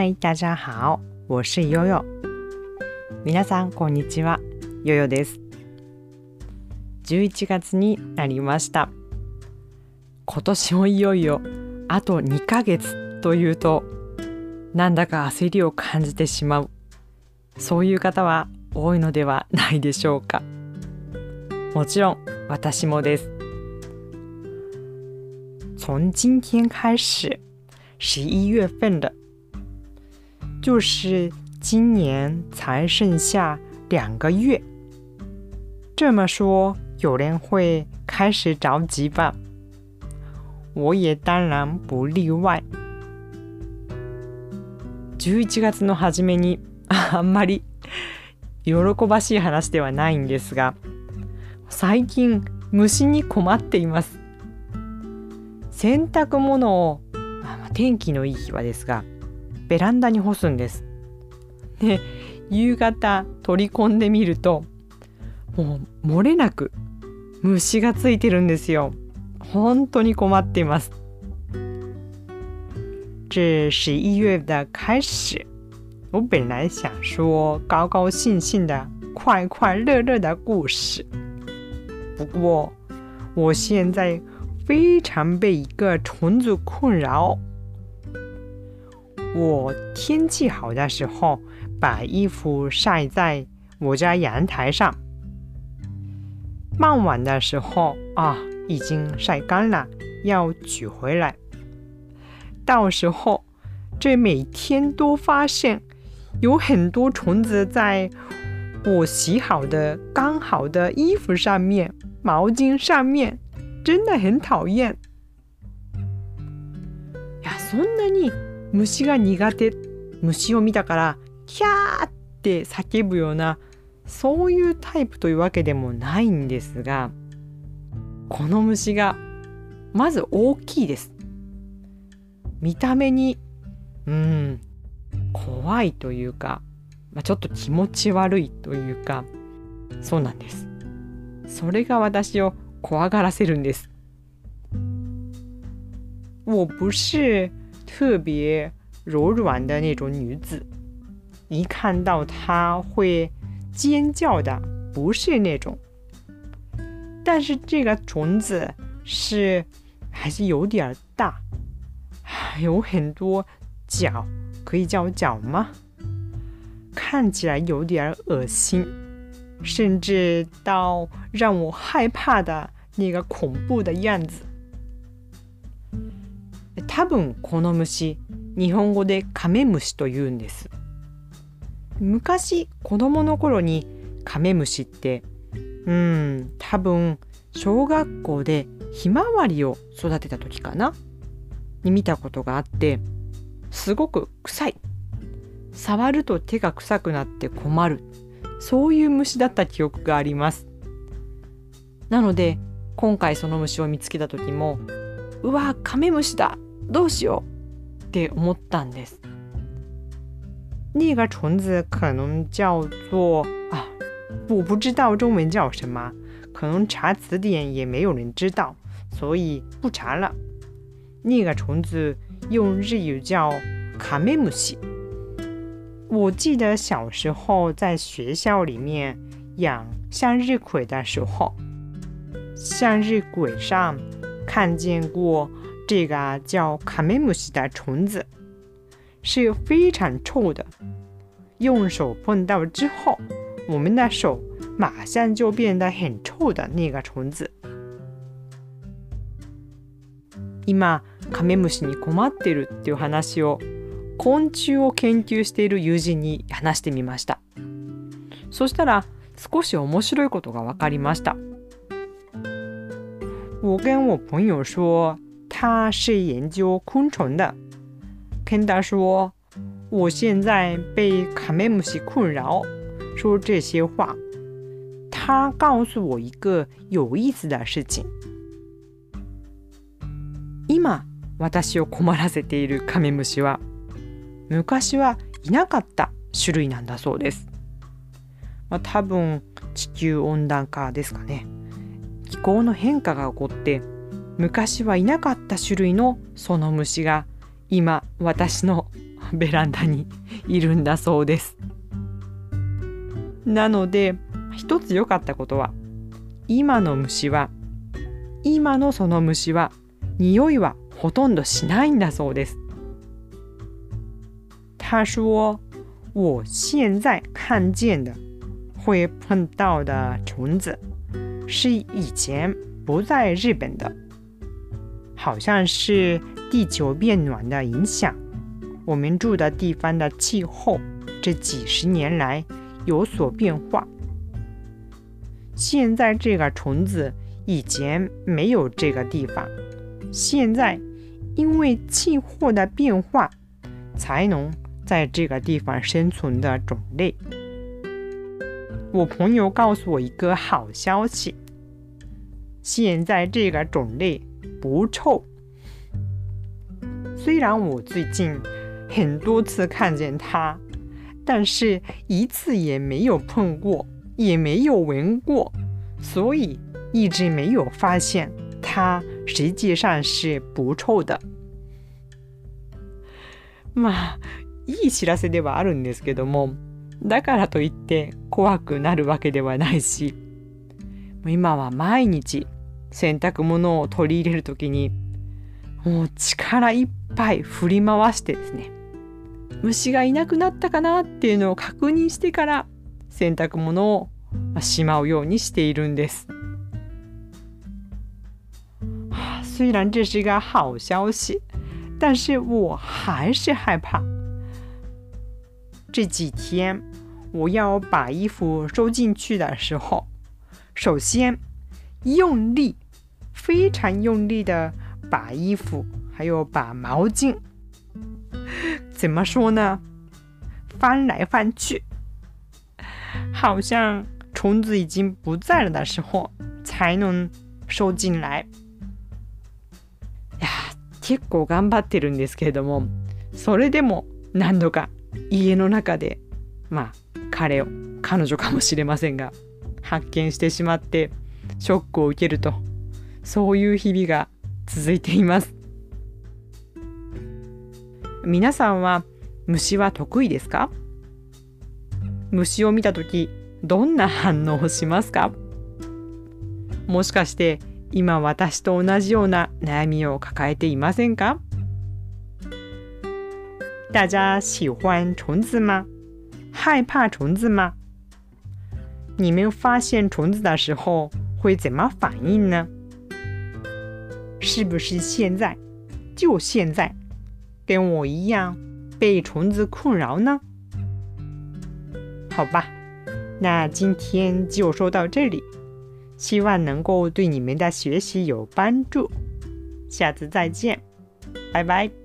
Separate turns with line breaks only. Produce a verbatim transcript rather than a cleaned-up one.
嗨，大家好，我是悠悠。皆さんこんにちは、ヨヨです。じゅういちがつになりました。今年もいよいよあとにかげつというと、なんだか焦りを感じてしまう。そういう方は多いのではないでしょうか。もちろん私もです。从今天开始，十一月份的，就是今年才剩下两个月。这么说，有人会开始着急吧？我也当然不例外。じゅういちがつの初めにあんまり喜ばしい話ではないんですが、最近虫に困っています。洗濯物を、まあ、天気のいい日はですが、ベランダに干すんです。で、夕方取り込んでみると、もう漏れなく虫がついてるんですよ。本当に困っています。这十一月的开始，我本来想说高高兴兴的、快快乐乐的故事，不过我现在非常被一个虫子困扰。我天气好的时候，把衣服晒在我家阳台上，傍晚的时候啊，已经晒干了，要取回来。到时候，这每天都发现有很多虫子在我洗好的、刚好的衣服上面、毛巾上面，真的很讨厌。いや、そんなに虫が苦手、虫を見たからキャーって叫ぶような、そういうタイプというわけでもないんですが、この虫がまず大きいです。見た目にうーん怖いというか、まあ、ちょっと気持ち悪いというか、そうなんです。それが私を怖がらせるんです。我不是特别柔软的那种女子，一看到它会尖叫的，不是那种。但是这个虫子是还是有点大，有很多脚，可以叫脚吗？看起来有点恶心，甚至到让我害怕的那个恐怖的样子。多分この虫、日本語でカメムシと言うんです。昔子供の頃にカメムシって、うん、多分小学校でひまわりを育てた時かなに見たことがあって、すごく臭い、触ると手が臭くなって困る、そういう虫だった記憶があります。なので今回その虫を見つけた時も、うわ、カメムシだ、どうしようって思ったんです。那个虫子可能叫做啊，我不知道中文叫什么，可能查词典也没有人知道，所以不查了。那个虫子用日语叫カメムシ。我记得小时候在学校里面养向日葵的时候，向日葵上看见过这个叫カメムシ的虫子，是非常臭的。用手碰到之后，我们的手马上就变得很臭的那个虫子。今、カメムシに困ってるっていう話を昆虫を研究している友人に話してみました。そしたら少し面白いことが分かりました。我跟我朋友说他是研究昆虫的，跟他说我现在被カメムシ困扰，说这些话。他告诉我一个有意思的事情。今私を困らせているカメムシは、昔はいなかった種類なんだそうです。まあ、多分地球温暖化ですかね。気候の変化が起こって、昔はいなかった種類のその虫が今私のベランダにいるんだそうです。なので一つ良かったことは、今の虫は今のその虫は匂いはほとんどしないんだそうです。他说我现在看见的会碰到的虫子是以前不在日本的，好像是地球变暖的影响，我们住的地方的气候这几十年来有所变化。现在这个虫子以前没有这个地方，现在因为气候的变化才能在这个地方生存的种类。我朋友告诉我一个好消息，现在这个种类不臭。虽然我最近很多次看见它，但是一次也没有碰过，也没有闻过，所以一直没有发现它实际上是不臭的。まあいい知らせではあるんですけども、だからといって怖くなるわけではないし、今は毎日洗濯物を取り入れるときにもう力いっぱい振り回してですね、虫がいなくなったかなっていうのを確認してから洗濯物をしまうようにしているんです。虽然这是一个好消息，但是我还是害怕。这几天我要把衣服收进去的时候，首先用力，非常用力的把衣服还有把毛巾，怎么说呢，翻来翻去，好像虫子已经不在了的时候才能收进来。いや結構頑張ってるんですけれども、それでも何度か家の中でまあ彼を彼女かもしれませんが発見してしまってショックを受けると、そういう日々が続いています。皆さんは虫は得意ですか？虫を見たときどんな反応をしますか？もしかして今私と同じような悩みを抱えていませんか？大家喜欢虫子吗？害怕虫子吗？你们发现虫子的时候会怎么反应呢？是不是现在就现在跟我一样被虫子困扰呢？好吧，那今天就说到这里，希望能够对你们的学习有帮助。下次再见，拜拜。